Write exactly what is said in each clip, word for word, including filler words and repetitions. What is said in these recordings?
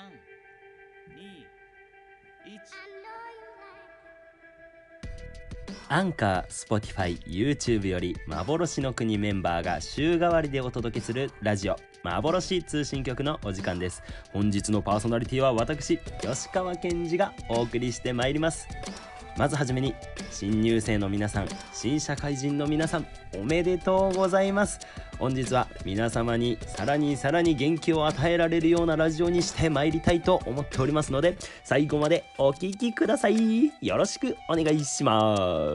さん、に、いち。アンカー、Spotify、YouTube より幻の国メンバーが週替わりでお届けするラジオ幻通信局のお時間です。本日のパーソナリティは私、吉川健二がお送りしてまいります。まずはじめに、新入生の皆さん、新社会人の皆さん、おめでとうございます。本日は皆様にさらにさらに元気を与えられるようなラジオにしてまいりたいと思っておりますので、最後までお聞きください。よろしくお願いします。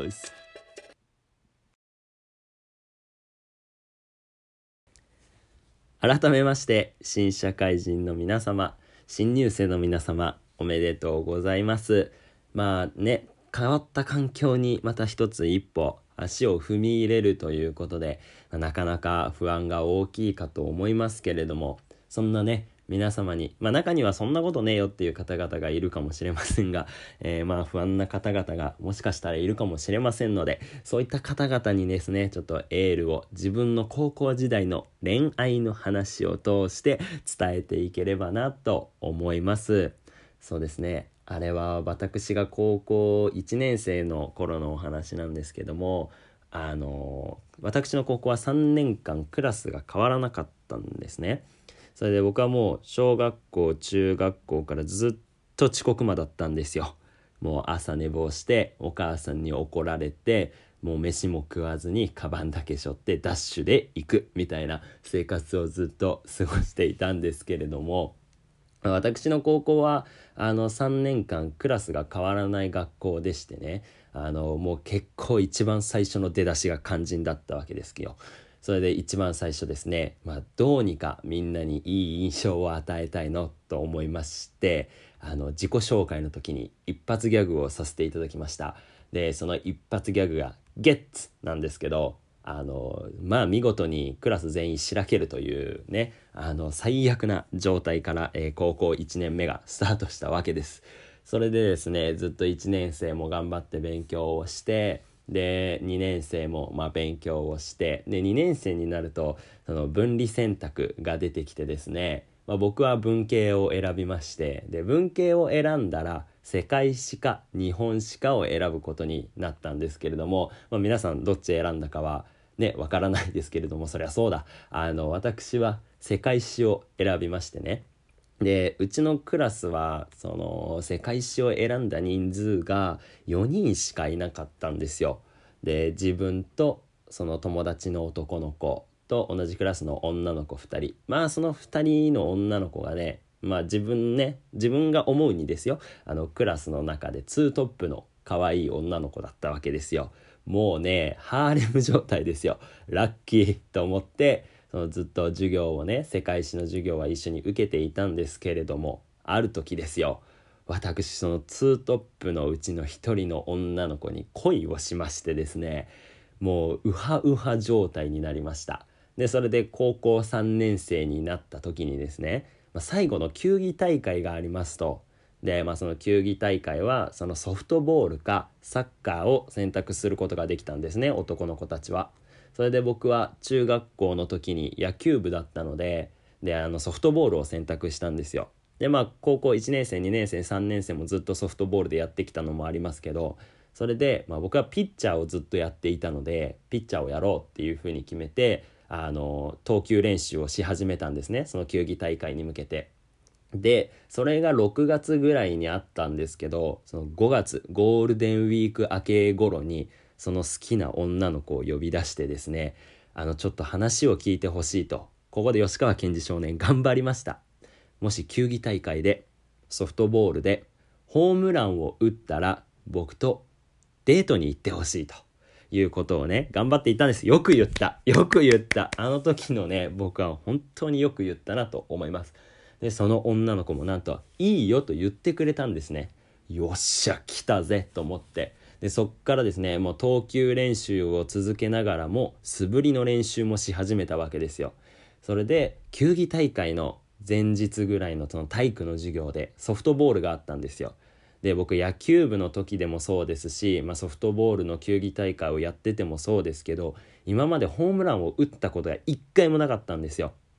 改めまして、新社会人の皆様、新入生の皆様、おめでとうございます。まあね、変わった環境にまた一つ一歩足を踏み入れるということで、なかなか不安が大きいかと思いますけれども、そんなね皆様に、まあ中にはそんなことねえよっていう方々がいるかもしれませんが、えー、まあ不安な方々がもしかしたらいるかもしれませんので、そういった方々にですね、ちょっとエールを自分の高校時代の恋愛の話を通して伝えていければなと思います。そうですね、あれは私が高校いちねん生の頃のお話なんですけども、あの私の高校はさんねんかんクラスが変わらなかったんですね。それで僕はもう小学校中学校からずっと遅刻魔だったんですよ。もう朝寝坊してお母さんに怒られて、もう飯も食わずにカバンだけ背負ってダッシュで行くみたいな生活をずっと過ごしていたんですけれども、私の高校はあのさんねんかんクラスが変わらない学校でしてね、あのもう結構一番最初の出だしが肝心だったわけですよ。それで一番最初ですね、まあ、どうにかみんなにいい印象を与えたいのと思いまして、あの自己紹介の時に一発ギャグをさせていただきました。でその一発ギャグがゲッツなんですけど、あのまあ見事にクラス全員しらけるというね、あの最悪な状態から、えー、高校いちねんめがスタートしたわけです。それでですね、ずっといちねん生も頑張って勉強をして、でにねん生もまあ勉強をして、でにねん生になるとその分離選択が出てきてですね、まあ、僕は文系を選びまして、で文系を選んだら世界史か日本史かを選ぶことになったんですけれども、まあ、皆さんどっち選んだかはねわからないですけれども、そりゃそうだ、あの私は世界史を選びましてね。でうちのクラスはその世界史を選んだ人数がよにんしかいなかったんですよ。で自分とその友達の男の子と同じクラスの女の子ふたり、まあそのふたりの女の子がね、まあ自分ね自分が思うにですよ、あのクラスの中でツートップの可愛い女の子だったわけですよ。もうねハーレム状態ですよ。ラッキーと思って、そのずっと授業をね、世界史の授業は一緒に受けていたんですけれども、ある時ですよ、私そのツートップのうちの一人の女の子に恋をしましてですね、もうウハウハ状態になりました。でそれで高校さんねん生になった時にですね、まあ、最後の球技大会がありますと。で、まあ、その球技大会はそのソフトボールかサッカーを選択することができたんですね、男の子たちは。それで僕は中学校の時に野球部だったので、であのソフトボールを選択したんですよ。でまあ高校いちねん生にねん生さんねん生もずっとソフトボールでやってきたのもありますけど、それで、まあ、僕はピッチャーをずっとやっていたので、ピッチャーをやろうっていうふうに決めて、あの投球練習をし始めたんですね、その球技大会に向けて。でそれがろくがつぐらいにあったんですけど、そのごがつゴールデンウィーク明け頃にその好きな女の子を呼び出してですね、あのちょっと話を聞いてほしいと、ここで吉川健二少年頑張りました。もし球技大会でソフトボールでホームランを打ったら僕とデートに行ってほしいということをね頑張っていたんです。よく言ったよく言った、あの時のね僕は本当によく言ったなと思います。でその女の子もなんといいよと言ってくれたんですね。よっしゃ来たぜと思って、でそっからですね、もう投球練習を続けながらも素振りの練習もし始めたわけですよ。それで球技大会の前日ぐらいのその体育の授業でソフトボールがあったんですよ。で僕野球部の時でもそうですし、まあ、ソフトボールの球技大会をやっててもそうですけど、今までホームランを打ったことが一回もなかったんですよ。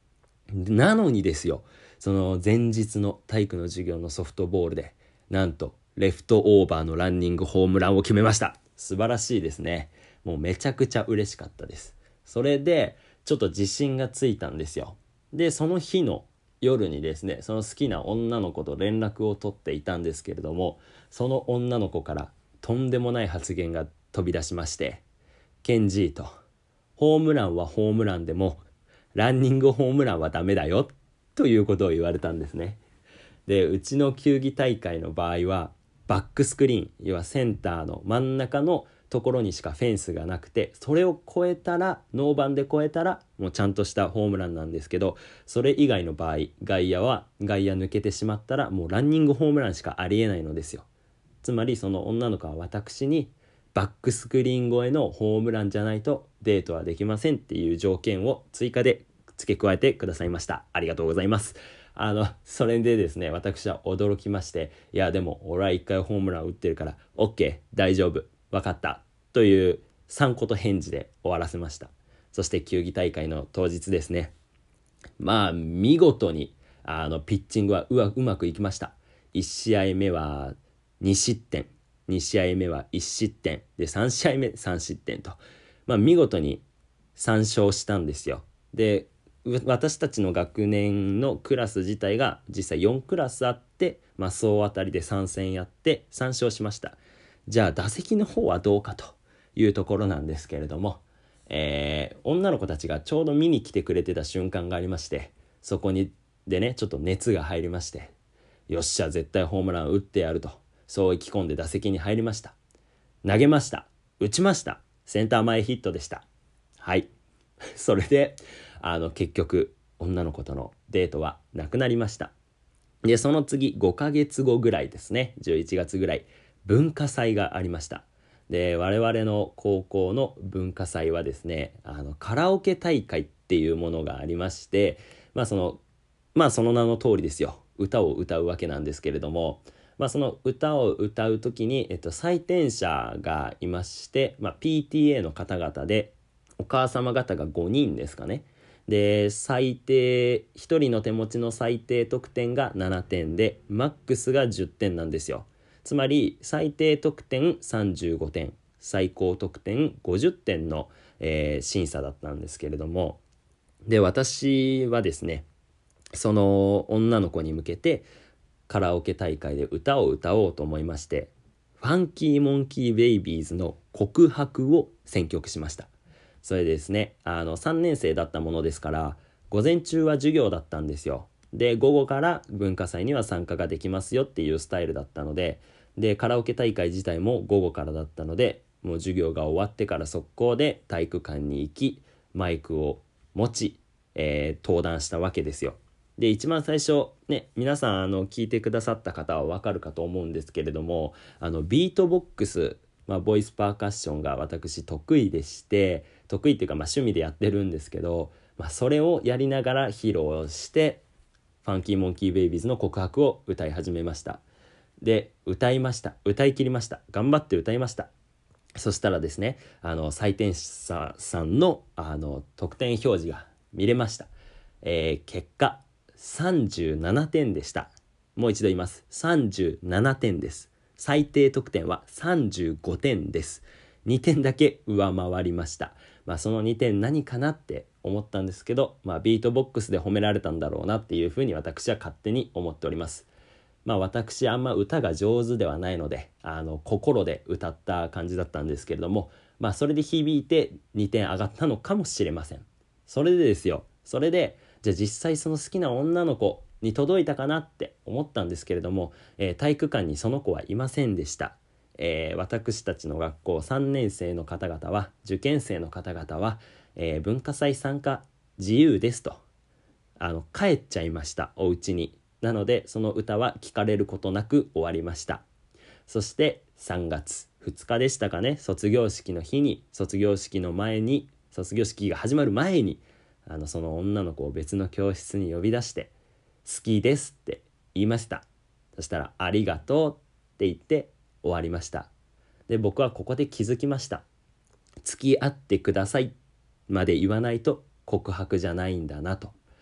なのにですよ、その前日の体育の授業のソフトボールでなんとレフトオーバーのランニングホームランを決めました。素晴らしいですね。もうめちゃくちゃ嬉しかったです。それでちょっと自信がついたんですよ。でその日の夜にですね、その好きな女の子と連絡を取っていたんですけれども、その女の子からとんでもない発言が飛び出しまして、ケンジーと、ホームランはホームランでもランニングホームランはダメだよということを言われたんですね。でうちの球技大会の場合はバックスクリーン、要はセンターの真ん中のところにしかフェンスがなくて、それを越えたら、ノーバンで越えたらもうちゃんとしたホームランなんですけど、それ以外の場合外野は外野抜けてしまったらもうランニングホームランしかありえないのですよ。つまりその女の子は私にバックスクリーン越えのホームランじゃないとデートはできませんっていう条件を追加で付け加えてくださいました。ありがとうございます。あのそれでですね、私は驚きまして、いやでも俺はいっかいホームラン打ってるから OK 大丈夫分かったというさんこと返事で終わらせました。そして球技大会の当日ですね、まあ見事にあのピッチングはうわうまくいきました。いち試合目はに失点、に試合目はいち失点で、さん試合目さん失点と、まあ見事にさん勝したんですよ。で私たちの学年のクラス自体が実際よんクラスあって、まあ、総当たりでさん戦やってさん勝しました。じゃあ打席の方はどうかというところなんですけれども、えー女の子たちがちょうど見に来てくれてた瞬間がありまして、そこにでねちょっと熱が入りまして、よっしゃ絶対ホームラン打ってやると、そう意気込んで打席に入りました。投げました、打ちました、センター前ヒットでした。はいそれであの結局女の子とのデートはなくなりました。でその次ごかげつごぐらいですね、じゅういちがつぐらい文化祭がありました。で我々の高校の文化祭はですね、あのカラオケ大会っていうものがありまして、まあそのまあその名の通りですよ、歌を歌うわけなんですけれども、まあ、その歌を歌う時に、えっと、採点者がいまして、まあ、ピーティーエー の方々でお母様方がごにんですかね。で最低ひとりの手持ちの最低得点がななてんでマックスがじゅってんなんですよ。つまり最低得点さんじゅうごてん、最高得点ごじゅってんの、えー審査だったんですけれども、で私はですね、その女の子に向けてカラオケ大会で歌を歌おうと思いまして、ファンキーモンキーベイビーズの告白を選曲しました。それでですね、あのさんねん生だったものですから午前中は授業だったんですよ。で午後から文化祭には参加ができますよっていうスタイルだったので、でカラオケ大会自体も午後からだったので、もう授業が終わってから速攻で体育館に行きマイクを持ち、えー登壇したわけですよ。で一番最初ね、皆さんあの聞いてくださった方は分かるかと思うんですけれども、あのビートボックス、まあ、ボイスパーカッションが私得意でして、得意っていうかまあ趣味でやってるんですけど、まあ、それをやりながら披露してファンキーモンキーベイビーズの告白を歌い始めました。で歌いました、歌い切りました、頑張って歌いました。そしたらですね、あの採点者さんのあの得点表示が見れました。えー結果さんじゅうななてんでした。もう一度言います、さんじゅうななてんです。最低得点はさんじゅうごてんです。にてんだけ上回りました。まあそのにてん何かなって思ったんですけど、まあビートボックスで褒められたんだろうなっていうふうに私は勝手に思っております。まあ私あんま歌が上手ではないので、あの心で歌った感じだったんですけれども、まあそれで響いてにてん上がったのかもしれません。それでですよ、それでじゃあ実際その好きな女の子に届いたかなって思ったんですけれども、えー体育館にその子はいませんでした。えー私たちの学校さんねん生の方々は、受験生の方々は、えー文化祭参加自由ですと、あの帰っちゃいました、お家に。なのでその歌は聞かれることなく終わりました。そしてさんがつふつかでしたかね、卒業式の日に、卒業式の前に卒業式が始まる前に、あのその女の子を別の教室に呼び出して好きですって言いました。そしたらありがとうって言って終わりました。で僕はここで気づきました。付き合ってくださいまで言わないと告白じゃないんだなと。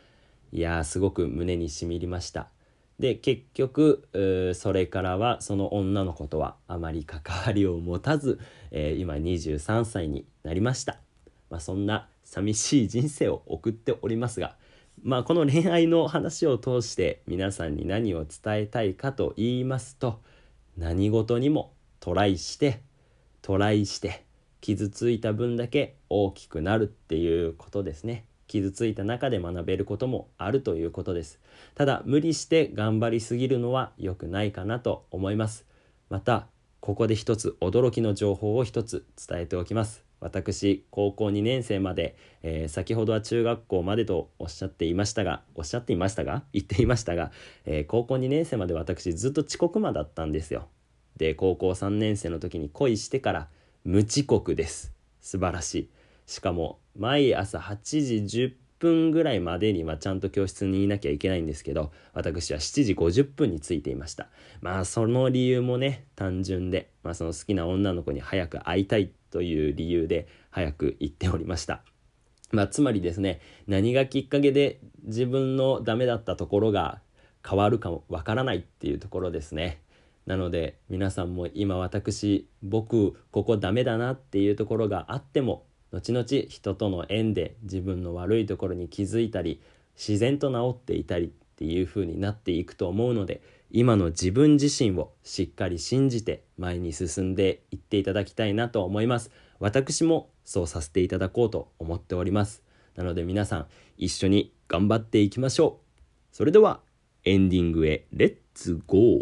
いやーすごく胸にしみりました。で結局それからはその女の子とはあまり関わりを持たず、えー、今にじゅうさんさいになりました。まあ、そんな寂しい人生を送っておりますが、まあ、この恋愛の話を通して皆さんに何を伝えたいかと言いますと、何事にもトライしてトライして傷ついた分だけ大きくなるっていうことですね。傷ついた中で学べることもあるということです。ただ無理して頑張りすぎるのは良くないかなと思います。またここで一つ驚きの情報を一つ伝えておきます。私高校にねん生まで、えー、先ほどは中学校までとおっしゃっていましたがおっしゃっていましたが言っていましたが、えー、高校にねん生まで私ずっと遅刻魔だったんですよ。で高校さんねん生の時に恋してから無遅刻です。素晴らしい。しかも毎朝はちじじゅっぷんぐらいまでにはちゃんと教室にいなきゃいけないんですけど、私はしちじごじゅっぷんについていました。まあその理由もね単純で、まあ、その好きな女の子に早く会いたいという理由で早く行っておりました。まあつまりですね、何がきっかけで自分のダメだったところが変わるかもわからないっていうところですね。なので皆さんも今私僕ここダメだなっていうところがあっても、後々人との縁で自分の悪いところに気づいたり自然と治っていたりっていう風になっていくと思うので、今の自分自身をしっかり信じて前に進んでいっていただきたいなと思います。私もそうさせていただこうと思っております。なので皆さん一緒に頑張っていきましょう。それではエンディングへレッツゴー。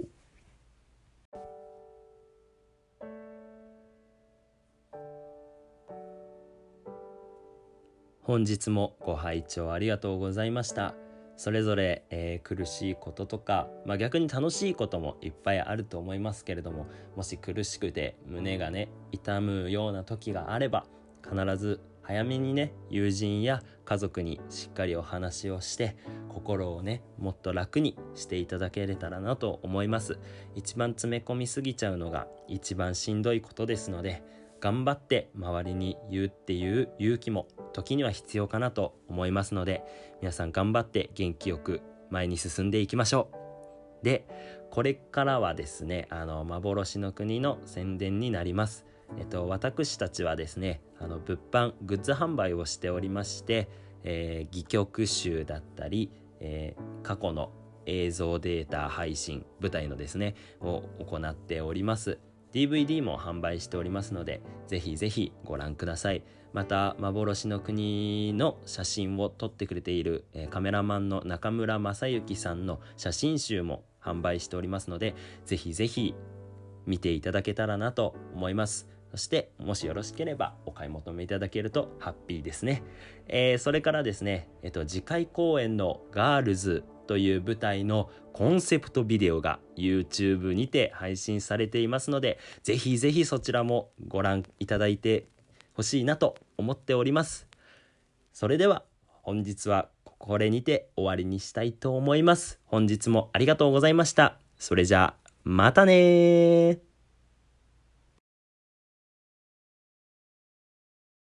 本日もご拝聴ありがとうございました。それぞれ、えー、苦しいこととか、まあ、逆に楽しいこともいっぱいあると思いますけれども、もし苦しくて胸がね痛むような時があれば、必ず早めにね友人や家族にしっかりお話をして心をねもっと楽にしていただけれたらなと思います。一番詰め込みすぎちゃうのが一番しんどいことですので、頑張って周りに言うっていう勇気も時には必要かなと思いますので、皆さん頑張って元気よく前に進んでいきましょう。で、これからはですね、あの幻の国の宣伝になります。えっと、私たちはですね、あの物販グッズ販売をしておりまして、えー、戯曲集だったり、えー、過去の映像データ配信舞台のですねを行っております。ディーブイディー も販売しておりますので、ぜひぜひご覧ください。また幻の国の写真を撮ってくれている、えー、カメラマンの中村正幸さんの写真集も販売しておりますので、ぜひぜひ見ていただけたらなと思います。そしてもしよろしければお買い求めいただけるとハッピーですね。えー、それからですね、えっと、次回公演のガールズという舞台のコンセプトビデオが YouTube にて配信されていますので、ぜひぜひそちらもご覧いただいてほしいなと思っております。それでは本日はこれにて終わりにしたいと思います。本日もありがとうございました。それじゃあまたねー。